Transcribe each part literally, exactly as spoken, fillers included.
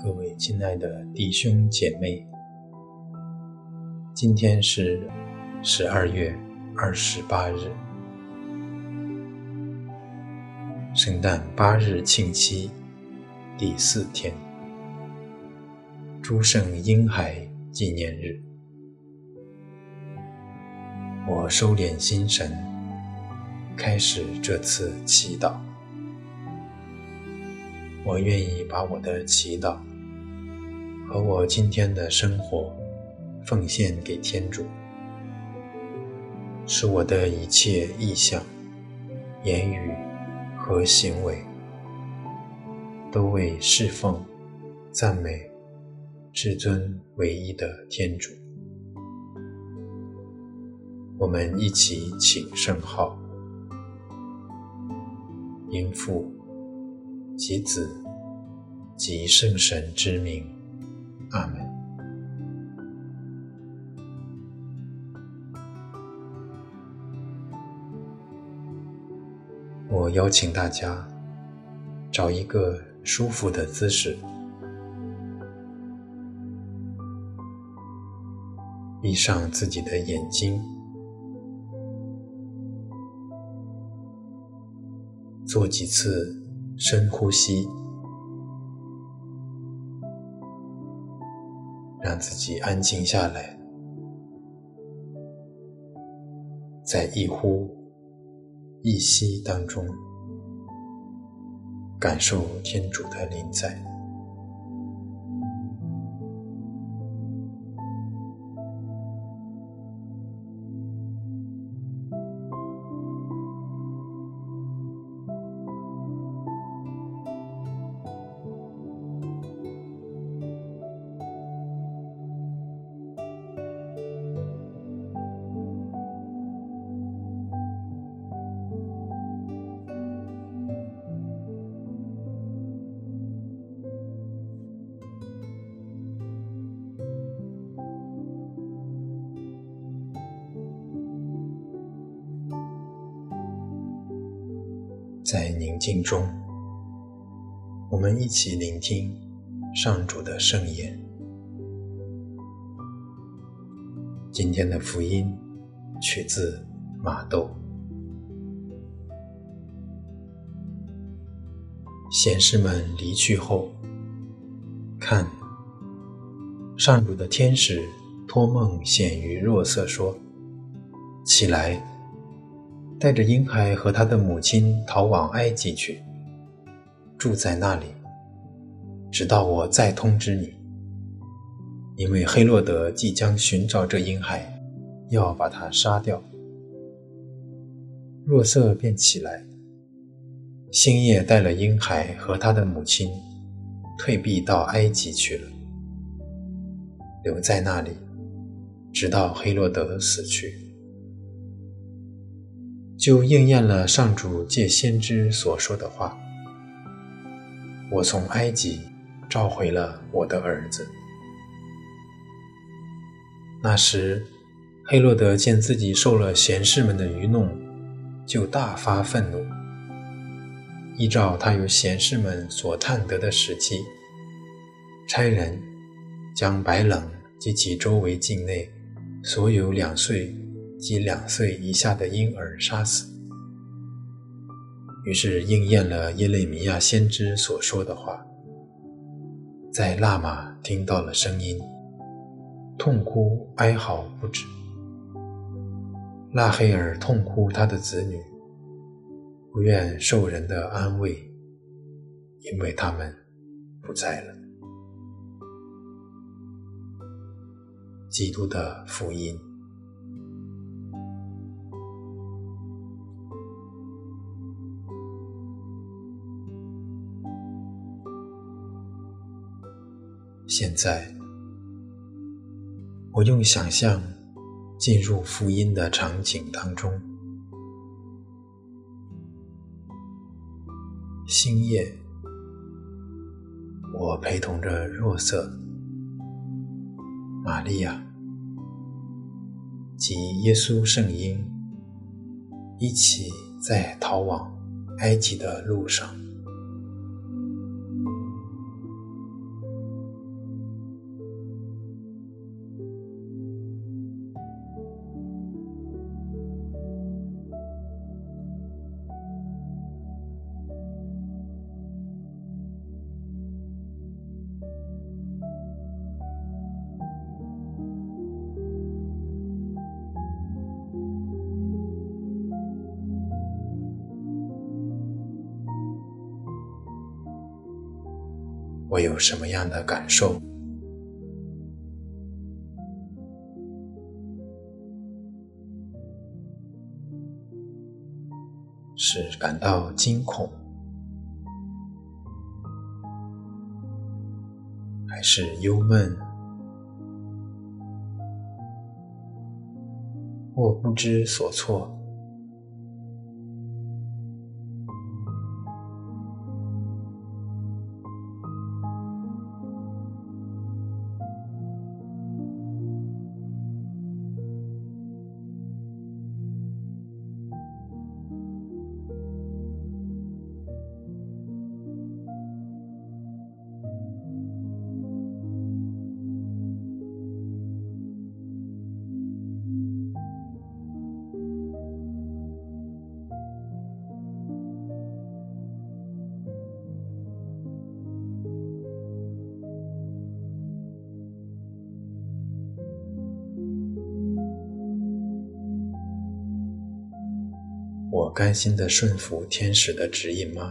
各位亲爱的弟兄姐妹，今天是十二月二十八日，圣诞八日庆期第四天，诸圣婴孩纪念日。我收敛心神，开始这次祈祷。我愿意把我的祈祷和我今天的生活奉献给天主，使我的一切意向、言语和行为都为侍奉、赞美至尊唯一的天主。我们一起请圣号，因父及子及圣神之名，阿们。我邀请大家找一个舒服的姿势，闭上自己的眼睛，做几次深呼吸，让自己安静下来，在一呼一吸当中感受天主的临在。在宁静中，我们一起聆听上主的圣言。今天的福音取自马窦。贤士们离去后，看，上主的天使托梦显于若瑟说：起来，带着婴孩和他的母亲逃往埃及去，住在那里，直到我再通知你。因为黑落德即将寻找这婴孩，要把他杀掉。若瑟便起来，星夜带了婴孩和他的母亲退避到埃及去了，留在那里，直到黑落德死去。就应验了上主借先知所说的话：我从埃及召回了我的儿子。那时，黑落德见自己受了贤士们的愚弄，就大发愤怒，依照他由贤士们所探得的时期，差人将白冷及其周围境内所有两岁及两岁以下的婴儿杀死。于是应验了耶肋米亚先知所说的话：在辣玛听到了声音，痛哭哀嚎不止。拉黑尔痛哭他的子女，不愿受人的安慰，因为他们不在了。基督的福音。现在，我用想象进入福音的场景当中。星夜，我陪同着若瑟、玛利亚及耶稣圣婴一起在逃往埃及的路上。 我有什么样的感受？是感到惊恐，还是忧闷，或不知所措？我甘心地顺服天使的指引吗？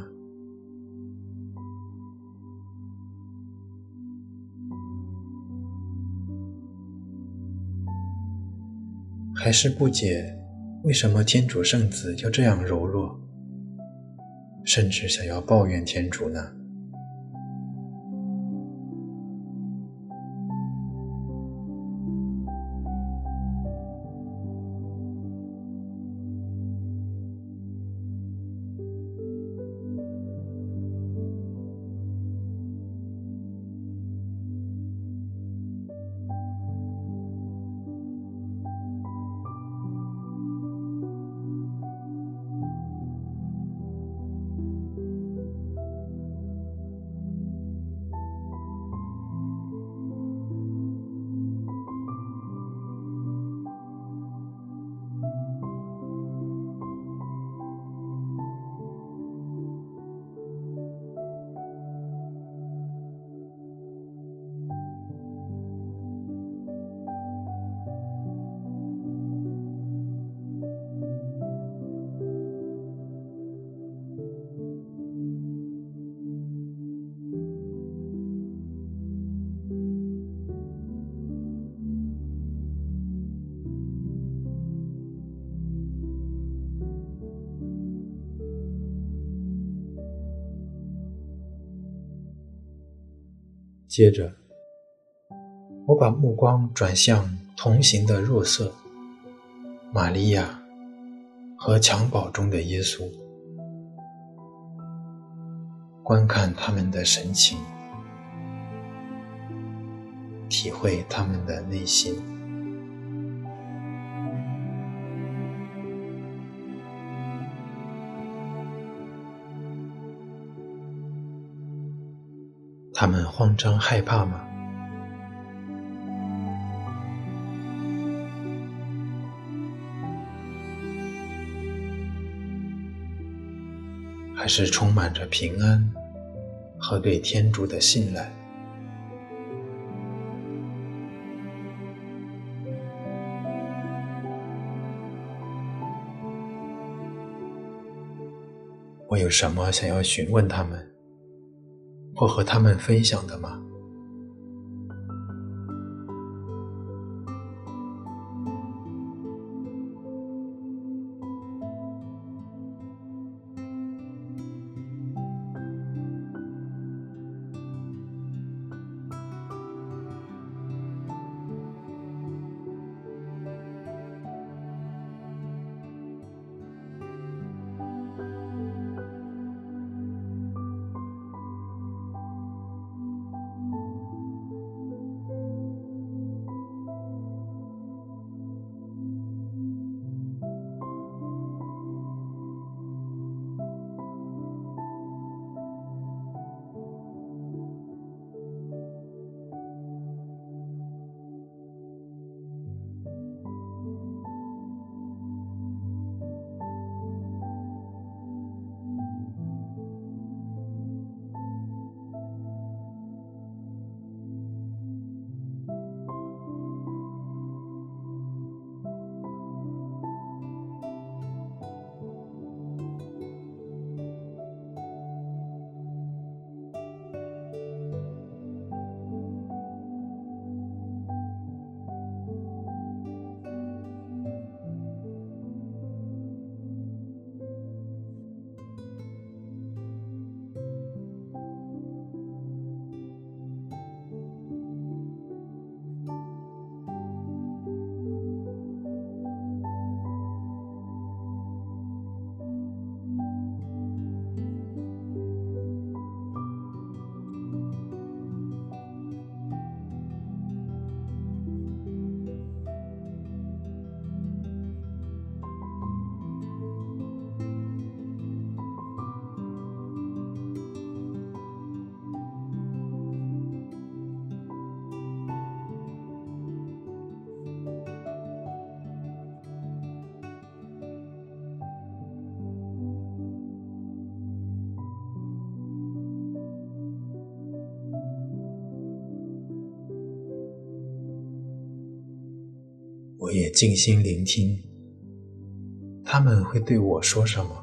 还是不解为什么天主圣子要这样柔弱，甚至想要抱怨天主呢？接着，我把目光转向同行的若瑟、玛利亚和襁褓中的耶稣，观看他们的神情，体会他们的内心。他们慌张害怕吗？还是充满着平安和对天主的信赖？我有什么想要询问他们或和他们分享的吗？ 我也静心聆听，他们会对我说什么？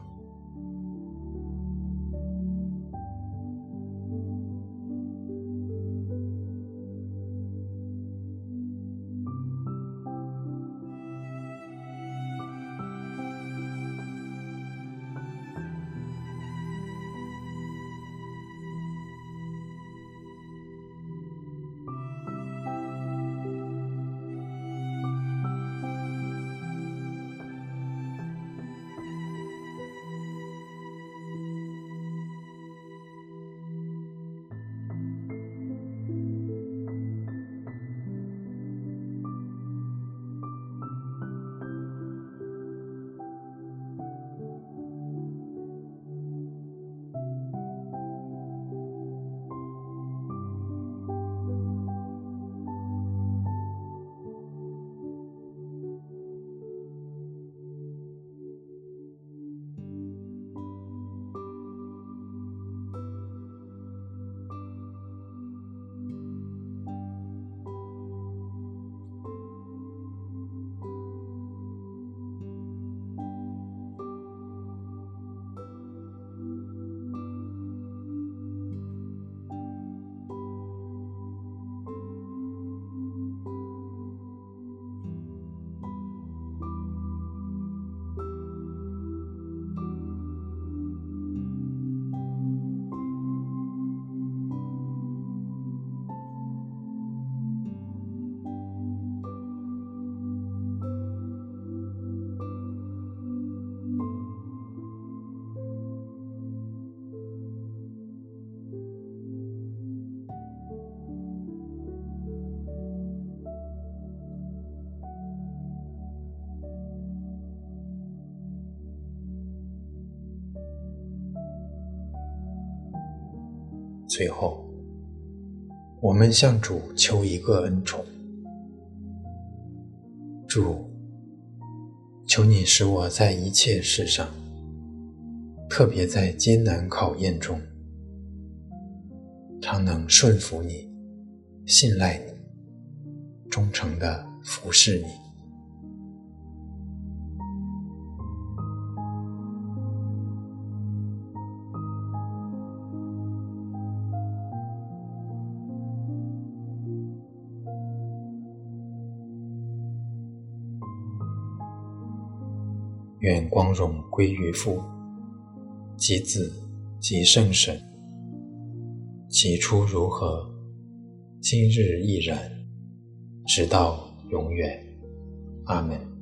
最后，我们向主求一个恩宠。主，求你使我在一切事上，特别在艰难考验中，常能顺服你，信赖你，忠诚地服侍你。愿光荣归于父、及子、及圣神，起初如何，今日亦然，直到永远。阿们。